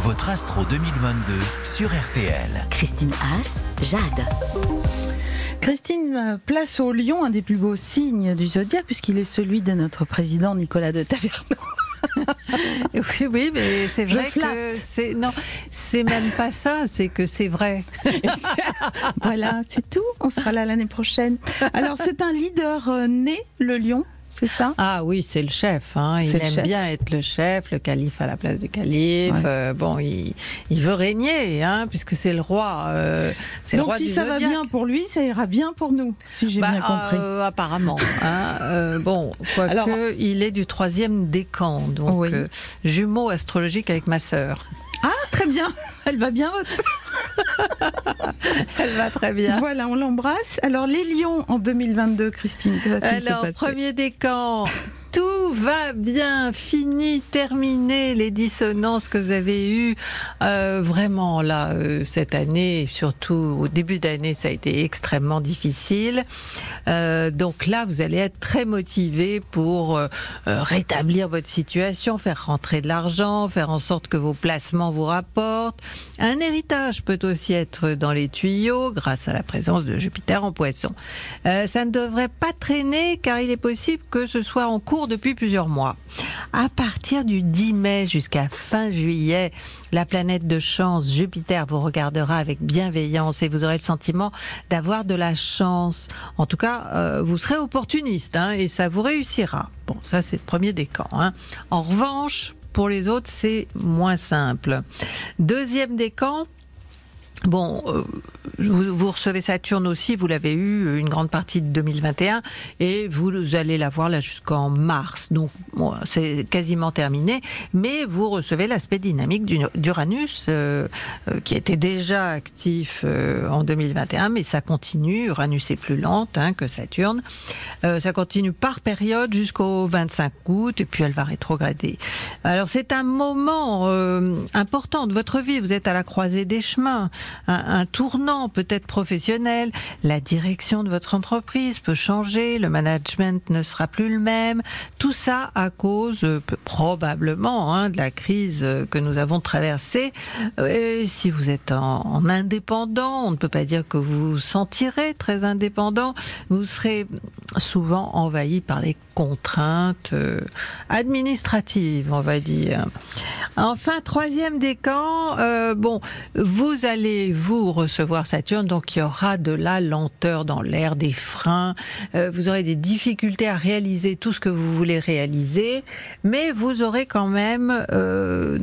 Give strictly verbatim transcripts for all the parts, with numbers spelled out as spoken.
votre Astro deux mille vingt-deux sur R T L. Christine Haas, Jade. Christine, place au lion, un des plus beaux signes du zodiaque, puisqu'il est celui de notre président Nicolas de Taverneau. Oui, oui, mais c'est vrai que c'est non, c'est même pas ça, c'est que c'est vrai. Voilà, c'est tout. On sera là l'année prochaine. Alors, c'est un leader euh, né, le lion. C'est ça ? Ah oui, c'est le chef. Hein. Il aime bien être le chef, le calife à la place du calife. Ouais. Euh, bon, il, il veut régner, hein, puisque c'est le roi. Euh, c'est Donc le roi si du ça zodiaque. va bien pour lui, ça ira bien pour nous, si j'ai bah, bien compris. Euh, apparemment. Hein. euh, bon, quoique Alors, il est du troisième décan, donc oui. euh, jumeau astrologique avec ma sœur. Ah, très bien. Elle va bien haute. Elle va très bien. Voilà, on l'embrasse. Alors, les lions en deux mille vingt-deux, Christine, que va-t-il se Alors, passer ? premier décan, tout va bien, fini, terminé, les dissonances que vous avez eues. Euh, vraiment, là, euh, cette année, surtout au début d'année, ça a été extrêmement difficile. Euh, donc là, vous allez être très motivé pour euh, rétablir votre situation, faire rentrer de l'argent, faire en sorte que vos placements vous rapportent. Un héritage peut aussi être dans les tuyaux grâce à la présence de Jupiter en Poisson. Euh, ça ne devrait pas traîner car il est possible que ce soit en cours depuis plusieurs mois. À partir du dix mai jusqu'à fin juillet, la planète de chance, Jupiter, vous regardera avec bienveillance et vous aurez le sentiment d'avoir de la chance. En tout cas, euh, vous serez opportuniste hein, et ça vous réussira. Bon, ça c'est le premier décan. Hein. En revanche, pour les autres, c'est moins simple. Deuxième décan, bon, euh, vous, vous recevez Saturne aussi, vous l'avez eu une grande partie de deux mille vingt et un et vous allez l'avoir là jusqu'en mars. Donc, bon, c'est quasiment terminé. Mais vous recevez l'aspect dynamique d'Uranus euh, euh, qui était déjà actif euh, en deux mille vingt et un, mais ça continue. Uranus est plus lente hein, que Saturne. Euh, ça continue par période jusqu'au vingt-cinq août et puis elle va rétrograder. Alors, c'est un moment euh, important de votre vie. Vous êtes à la croisée des chemins. Un, un tournant peut-être professionnel, la direction de votre entreprise peut changer, le management ne sera plus le même, tout ça à cause euh, probablement hein, de la crise que nous avons traversée. Et si vous êtes en, en indépendant, on ne peut pas dire que vous vous sentirez très indépendant, vous serez souvent envahi par les contraintes euh, administratives, on va dire. Enfin, troisième décan, euh, bon, vous allez vous recevoir Saturne, donc il y aura de la lenteur dans l'air, des freins, euh, vous aurez des difficultés à réaliser tout ce que vous voulez réaliser, mais vous aurez quand même euh,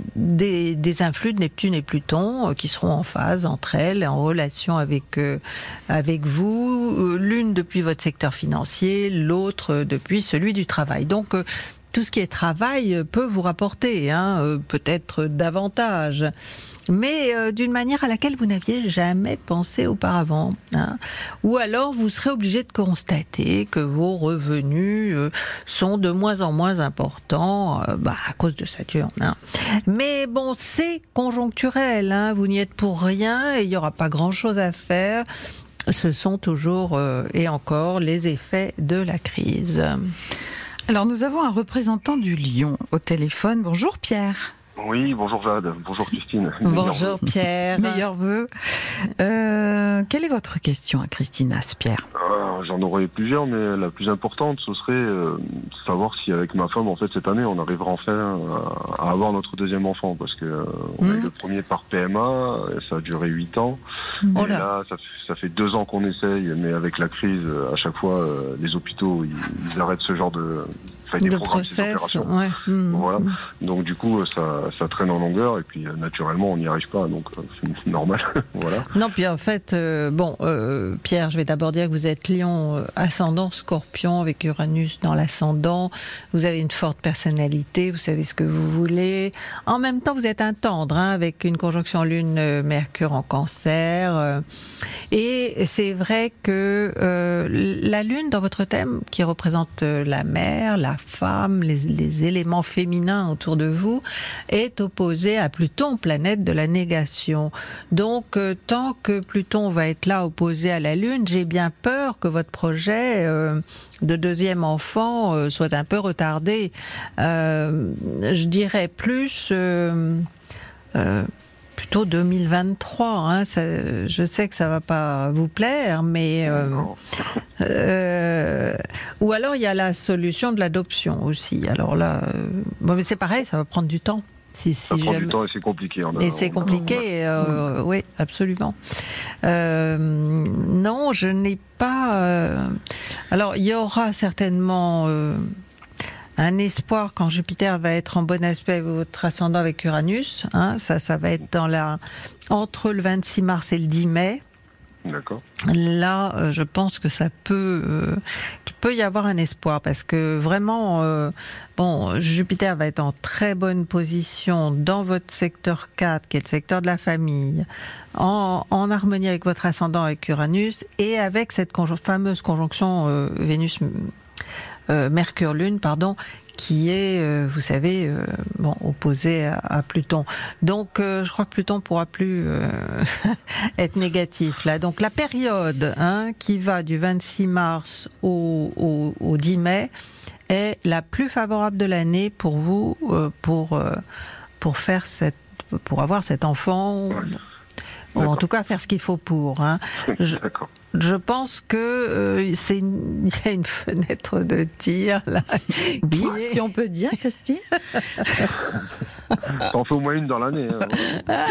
des, des influx de Neptune et Pluton euh, qui seront en phase entre elles, en relation avec, euh, avec vous, euh, l'une depuis votre secteur financier, l'autre euh, depuis celui du travail. Donc, euh, tout ce qui est travail peut vous rapporter, hein, euh, peut-être davantage, mais euh, d'une manière à laquelle vous n'aviez jamais pensé auparavant. Hein. Ou alors vous serez obligé de constater que vos revenus euh, sont de moins en moins importants euh, bah, à cause de Saturne. Hein. Mais bon, c'est conjoncturel, hein, vous n'y êtes pour rien et il n'y aura pas grand-chose à faire. Ce sont toujours euh, et encore les effets de la crise. Alors, nous avons un représentant du Lion au téléphone. Bonjour Pierre. Oui, bonjour Jade, bonjour Christine. Bonjour Pierre. Meilleurs vœux. Euh, quelle est votre question à Christine Haas, Pierre ? euh, J'en aurais plusieurs, mais la plus importante, ce serait euh, savoir si avec ma femme, en fait, cette année, on arrivera enfin à, à avoir notre deuxième enfant, parce que euh, on mmh. a eu le premier par P M A, ça a duré huit ans. Mmh. Et là, ça, ça fait deux ans qu'on essaye, mais avec la crise, à chaque fois, euh, les hôpitaux, ils, ils arrêtent ce genre de... Enfin, des de programmes, process, ouais. Mmh. Voilà. Donc du coup, ça, ça traîne en longueur et puis naturellement, on n'y arrive pas, donc c'est normal. Voilà. Non, puis en fait, euh, bon, euh, Pierre, je vais d'abord dire que vous êtes Lion, euh, ascendant Scorpion avec Uranus dans l'ascendant. Vous avez une forte personnalité, vous savez ce que vous voulez. En même temps, vous êtes un tendre, hein, avec une conjonction Lune-Mercure en Cancer. Euh, et c'est vrai que euh, la Lune dans votre thème, qui représente la mer, la femme, les, les éléments féminins autour de vous, est opposé à Pluton, planète de la négation. Donc, euh, tant que Pluton va être là opposé à la Lune, j'ai bien peur que votre projet euh, de deuxième enfant euh, soit un peu retardé. Euh, je dirais plus... Euh, euh, plutôt deux mille vingt-trois. Hein. Ça, je sais que ça ne va pas vous plaire, mais... Euh, euh, ou alors il y a la solution de l'adoption aussi. Alors là, euh, bon, mais c'est pareil, ça va prendre du temps. Si, si ça prend jamais... du temps et c'est compliqué. On a, et c'est on compliqué, a... euh, oui, absolument. Euh, non, je n'ai pas... Euh... Alors, il y aura certainement euh, un espoir quand Jupiter va être en bon aspect avec votre ascendant avec Uranus. Hein, ça, ça va être dans la... entre le vingt-six mars et le dix mai. D'accord. Là, euh, je pense que ça peut, euh, qu'il peut y avoir un espoir parce que vraiment, euh, bon, Jupiter va être en très bonne position dans votre secteur quatre, qui est le secteur de la famille, en, en harmonie avec votre ascendant avec Uranus et avec cette conjon- fameuse conjonction euh, Vénus, euh, Mercure-Lune, pardon, qui est, euh, vous savez, euh, bon, opposé à, à Pluton. Donc, euh, je crois que Pluton pourra plus euh, être négatif là. Donc, la période hein, qui va du vingt-six mars au, au, au dix mai est la plus favorable de l'année pour vous, euh, pour euh, pour faire cette, pour avoir cet enfant. Ouais. Ou en tout cas faire ce qu'il faut pour. Hein. Je, je pense que euh, c'est une, il y a une fenêtre de tir là. Oui, est... si on peut dire, Christine. Ça en fait au moins une dans l'année. Hein.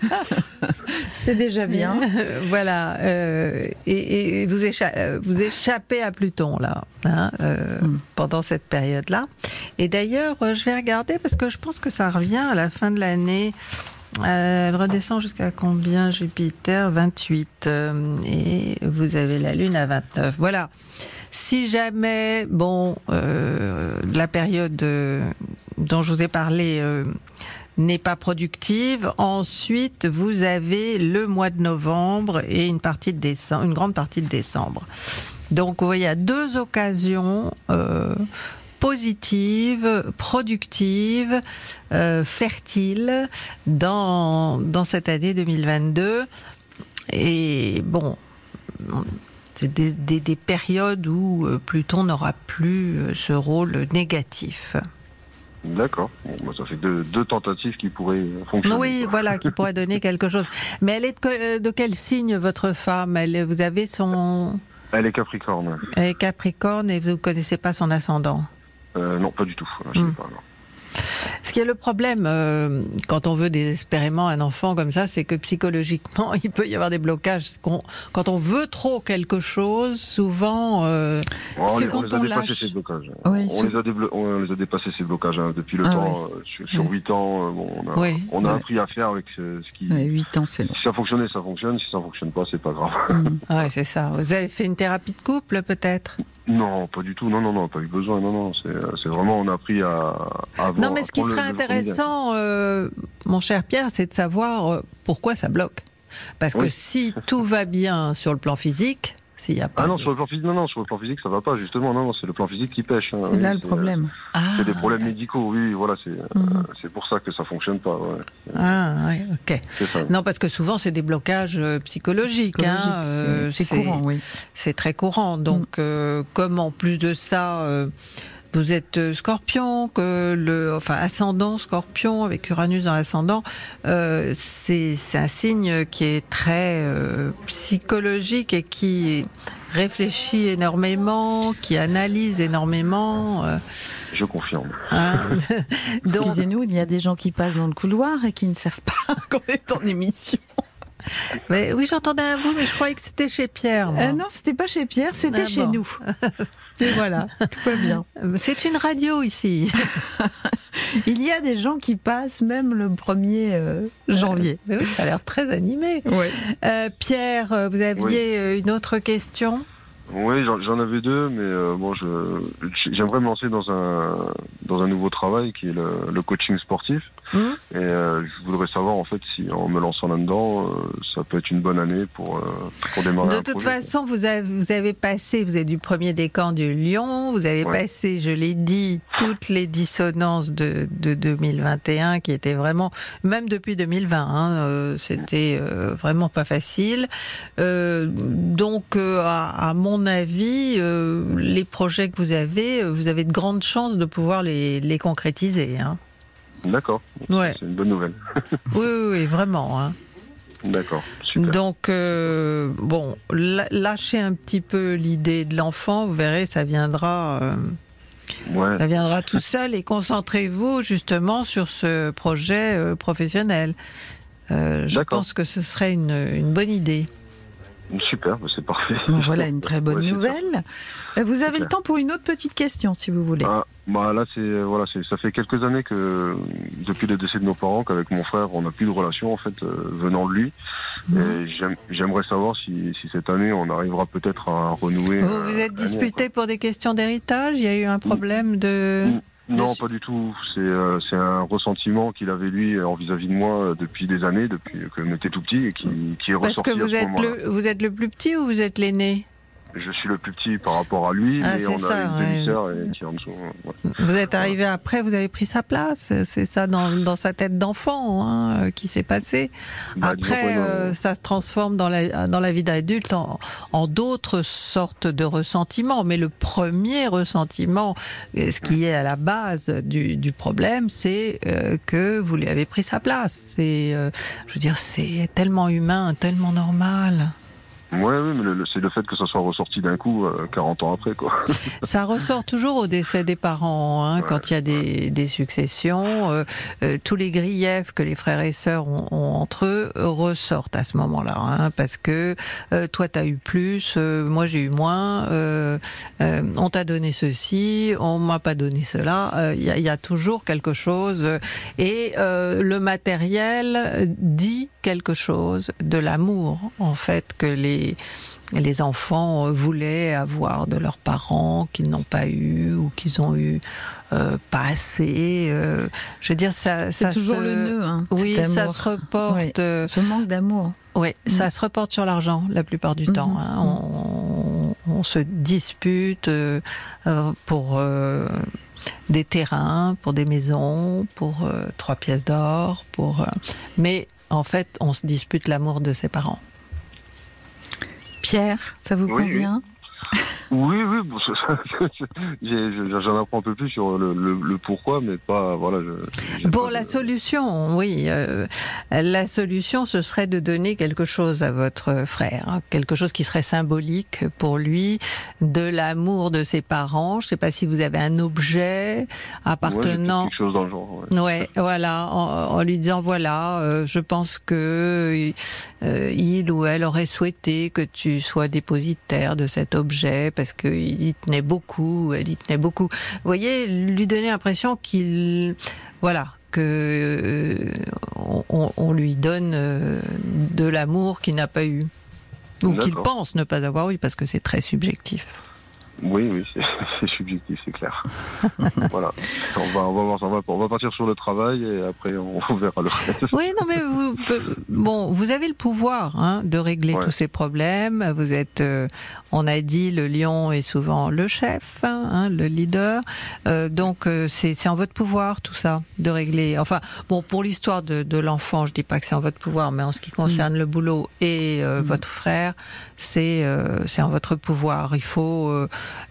C'est déjà bien. Voilà. Euh, et, et vous, écha- vous échappez à Pluton là, hein, euh, mm. pendant cette période-là. Et d'ailleurs, je vais regarder parce que je pense que ça revient à la fin de l'année. Euh, elle redescend jusqu'à combien Jupiter vingt-huit euh, et vous avez la Lune à vingt-neuf. Voilà. Si jamais, bon, euh, la période euh, dont je vous ai parlé euh, n'est pas productive, ensuite vous avez le mois de novembre et une partie de décembre, une grande partie de décembre. Donc, vous voyez, il y a deux occasions. Euh, positive, productive, euh, fertile dans, dans cette année deux mille vingt-deux. Et bon, c'est des, des, des périodes où Pluton n'aura plus ce rôle négatif. D'accord. Bon, ça fait deux, deux tentatives qui pourraient fonctionner. Oui, quoi. Voilà, qui pourraient donner quelque chose. Mais elle est de, de quel signe, votre femme? Elle, vous avez son... Elle est Capricorne. Elle est Capricorne et vous ne connaissez pas son ascendant? Euh, non, pas du tout. Je mmh. sais pas, non. Ce qui est le problème euh, quand on veut désespérément un enfant comme ça, c'est que psychologiquement, il peut y avoir des blocages. Qu'on, quand on veut trop quelque chose, souvent... Euh, oh, on, c'est les, quand on les a on dépassés lâche. ces blocages. Oui, on, les a déblo- on les a dépassés ces blocages hein, depuis le ah, temps. oui. Euh, sur sur huit ans, euh, bon, on a, oui. on a oui. appris à faire avec ce, ce qui... Oui, huit ans, c'est long. Si ça fonctionnait, ça fonctionne. Si ça fonctionne pas, c'est pas grave. Mmh. Ouais, c'est ça. Vous avez fait une thérapie de couple, peut-être? Non, pas du tout. Non, non, non, pas eu besoin. Non, non. C'est, c'est vraiment, on a appris à, à avoir. Non, mais ce qui serait le, intéressant, le euh, mon cher Pierre, c'est de savoir euh, pourquoi ça bloque. Parce oui. que si tout va bien sur le plan physique, s'il y a pas. Ah non, de... sur le plan physique, non, non, sur le plan physique, ça va pas. Justement, non, non, c'est le plan physique qui pêche. Hein, c'est oui, là c'est, le problème. Euh, ah, c'est des problèmes médicaux. Oui, voilà, c'est, mmh. euh, c'est pour ça que ça fonctionne pas. Ouais. Ah, oui, ok. C'est ça. Non, parce que souvent c'est des blocages psychologiques. Psychologique, hein, euh, c'est, c'est courant, oui. C'est très courant. Donc, mmh. euh, comme en plus de ça. Euh, Vous êtes Scorpion, que le, enfin ascendant Scorpion avec Uranus dans l'ascendant, euh, c'est, c'est un signe qui est très euh, psychologique et qui réfléchit énormément, qui analyse énormément. Euh, Je confirme. Hein Donc, excusez-nous, il y a des gens qui passent dans le couloir et qui ne savent pas qu'on est en émission. Mais oui, j'entendais un bout, mais je croyais que c'était chez Pierre. Euh, non, c'était pas chez Pierre, c'était ah, chez bon. nous. Et voilà, tout va bien. C'est une radio ici. Il y a des gens qui passent même le premier euh, janvier. Mais oui, ça a l'air très animé. Ouais. Euh, Pierre, vous aviez oui. une autre question ? Oui, j'en, j'en avais deux, mais euh, bon, je, j'aimerais me lancer dans un dans un nouveau travail qui est le, le coaching sportif. Mmh. Et euh, je voudrais savoir en fait si en me lançant là-dedans, euh, ça peut être une bonne année pour euh, pour démarrer. De un toute projet, façon, vous avez vous avez passé, vous êtes du premier décan du Lion, vous avez ouais. passé, je l'ai dit, toutes les dissonances de de deux mille vingt et un qui étaient vraiment, même depuis deux mille vingt, hein, euh, c'était euh, vraiment pas facile. Euh, donc, euh, à, à mon avis, euh, les projets que vous avez, vous avez de grandes chances de pouvoir les, les concrétiser. Hein. D'accord. Ouais. C'est une bonne nouvelle. Oui, oui, oui, vraiment. Hein. D'accord. Super. Donc, euh, bon, lâchez un petit peu l'idée de l'enfant, vous verrez, ça viendra, euh, ouais. ça viendra tout seul, et concentrez-vous justement sur ce projet euh, professionnel. Euh, je D'accord. pense que ce serait une, une bonne idée. Super, c'est parfait. Bon, voilà une très bonne Ouais, nouvelle. Vous avez le temps pour une autre petite question, si vous voulez. Ah, bah là, c'est voilà, c'est ça fait quelques années que depuis le décès de nos parents, qu'avec mon frère, on n'a plus de relation en fait euh, venant de lui. Mmh. Et j'aime, j'aimerais savoir si, si cette année, on arrivera peut-être à renouer. Vous vous êtes disputé pour des questions d'héritage? Il y a eu un problème de... Mmh. Non, pas du tout. C'est euh, c'est un ressentiment qu'il avait lui en vis-à-vis de moi depuis des années, depuis que on était tout petit, et qui, qui est Parce ressorti que vous à ce êtes moment-là. le, vous êtes le plus petit ou vous êtes l'aîné? Je suis le plus petit par rapport à lui, Ah, mais c'est on a ça, une ouais. demi-sœur et qui est en dessous. Ouais. Vous êtes arrivé après, vous avez pris sa place. C'est ça dans, dans sa tête d'enfant hein, qui s'est passé. Bah, Après, disons, ouais, euh, ça se transforme dans la, dans la vie d'adulte en, en d'autres sortes de ressentiments. Mais le premier ressentiment, ce qui est à la base du, du problème, c'est euh, que vous lui avez pris sa place. C'est, euh, je veux dire, c'est tellement humain, tellement normal. Ouais, oui, mais le, le, c'est le fait que ça soit ressorti d'un coup, euh, quarante ans après, quoi. Ça ressort toujours au décès des parents, hein, ouais, quand il y a des, des successions. Euh, euh, tous les griefs que les frères et sœurs ont, ont entre eux euh, ressortent à ce moment-là, hein, parce que euh, toi t'as eu plus, euh, moi j'ai eu moins, euh, euh, on t'a donné ceci, on m'a pas donné cela. Il euh, y, y a toujours quelque chose, et euh, le matériel dit quelque chose de l'amour, en fait, que les les enfants voulaient avoir de leurs parents qu'ils n'ont pas eu ou qu'ils ont eu euh, pas assez. Euh, je veux dire, ça, c'est ça toujours se... le nœud. Hein, oui, cet ça amour. se reporte. Oui, euh... ce manque d'amour. Oui, mmh. ça se reporte sur l'argent la plupart du mmh. temps. Hein. On, on se dispute euh, pour euh, des terrains, pour des maisons, pour euh, trois pièces d'or, pour. Euh... Mais en fait, on se dispute l'amour de ses parents. Pierre, ça vous oui, convient? Oui, oui, bon, ça, ça, j'ai, j'en apprends un peu plus sur le, le, le pourquoi, mais pas, voilà. Je, j'ai Pour pas la de... solution, oui. Euh, la solution, ce serait de donner quelque chose à votre frère, hein, quelque chose qui serait symbolique pour lui, de l'amour de ses parents. Je ne sais pas si vous avez un objet appartenant... Ouais, quelque chose dans le genre. Ouais, ouais voilà, en, en lui disant, voilà, euh, je pense que euh, il ou elle aurait souhaité que tu sois dépositaire de cet objet, parce qu'il y tenait beaucoup, elle y tenait beaucoup. Vous voyez, lui donner l'impression qu'il... Voilà, que euh, on, on lui donne euh, de l'amour qu'il n'a pas eu. Ou D'accord. qu'il pense ne pas avoir eu, parce que c'est très subjectif. Oui, oui, c'est, c'est subjectif, c'est clair. Voilà. On va, on va voir, on va, on va partir sur le travail et après on, on verra le reste. Oui, non, mais vous, bon, vous avez le pouvoir hein, de régler ouais. tous ces problèmes. Vous êtes, euh, on a dit, le lion est souvent le chef, hein, le leader. Euh, donc euh, c'est, c'est en votre pouvoir tout ça de régler. Enfin, bon, pour l'histoire de, de l'enfant, je dis pas que c'est en votre pouvoir, mais en ce qui concerne mmh. le boulot et euh, mmh. votre frère, c'est, euh, c'est en votre pouvoir. Il faut euh,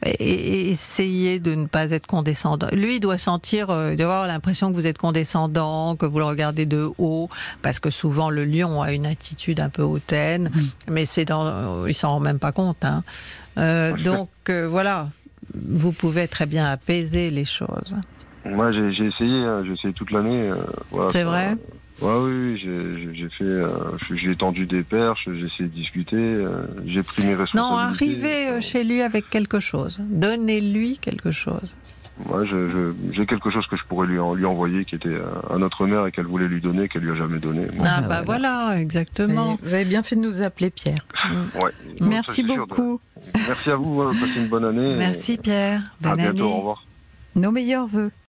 et essayer de ne pas être condescendant. Lui, il doit sentir, euh, il doit avoir l'impression que vous êtes condescendant, que vous le regardez de haut, parce que souvent le lion a une attitude un peu hautaine, mmh. mais c'est dans, il s'en rend même pas compte. Hein. Euh, donc euh, voilà, vous pouvez très bien apaiser les choses. Moi, j'ai, j'ai essayé, hein, j'ai essayé toute l'année. Euh, voilà, c'est ça, vrai. Ouais, oui, oui, j'ai, j'ai fait, euh, j'ai tendu des perches, j'ai essayé de discuter, euh, j'ai pris mes responsabilités. Non, arrivez euh, chez lui avec quelque chose. Donnez-lui quelque chose. Ouais, je, je, j'ai quelque chose que je pourrais lui, en, lui envoyer, qui était à notre mère et qu'elle voulait lui donner, qu'elle lui a jamais donné. Bon. Ah bah voilà, voilà exactement. Vous avez bien fait de nous appeler, Pierre. Ouais. Merci beaucoup. De... Merci à vous, hein, passez une bonne année. Merci Pierre. Bonne à bientôt, année. au revoir. Nos meilleurs vœux.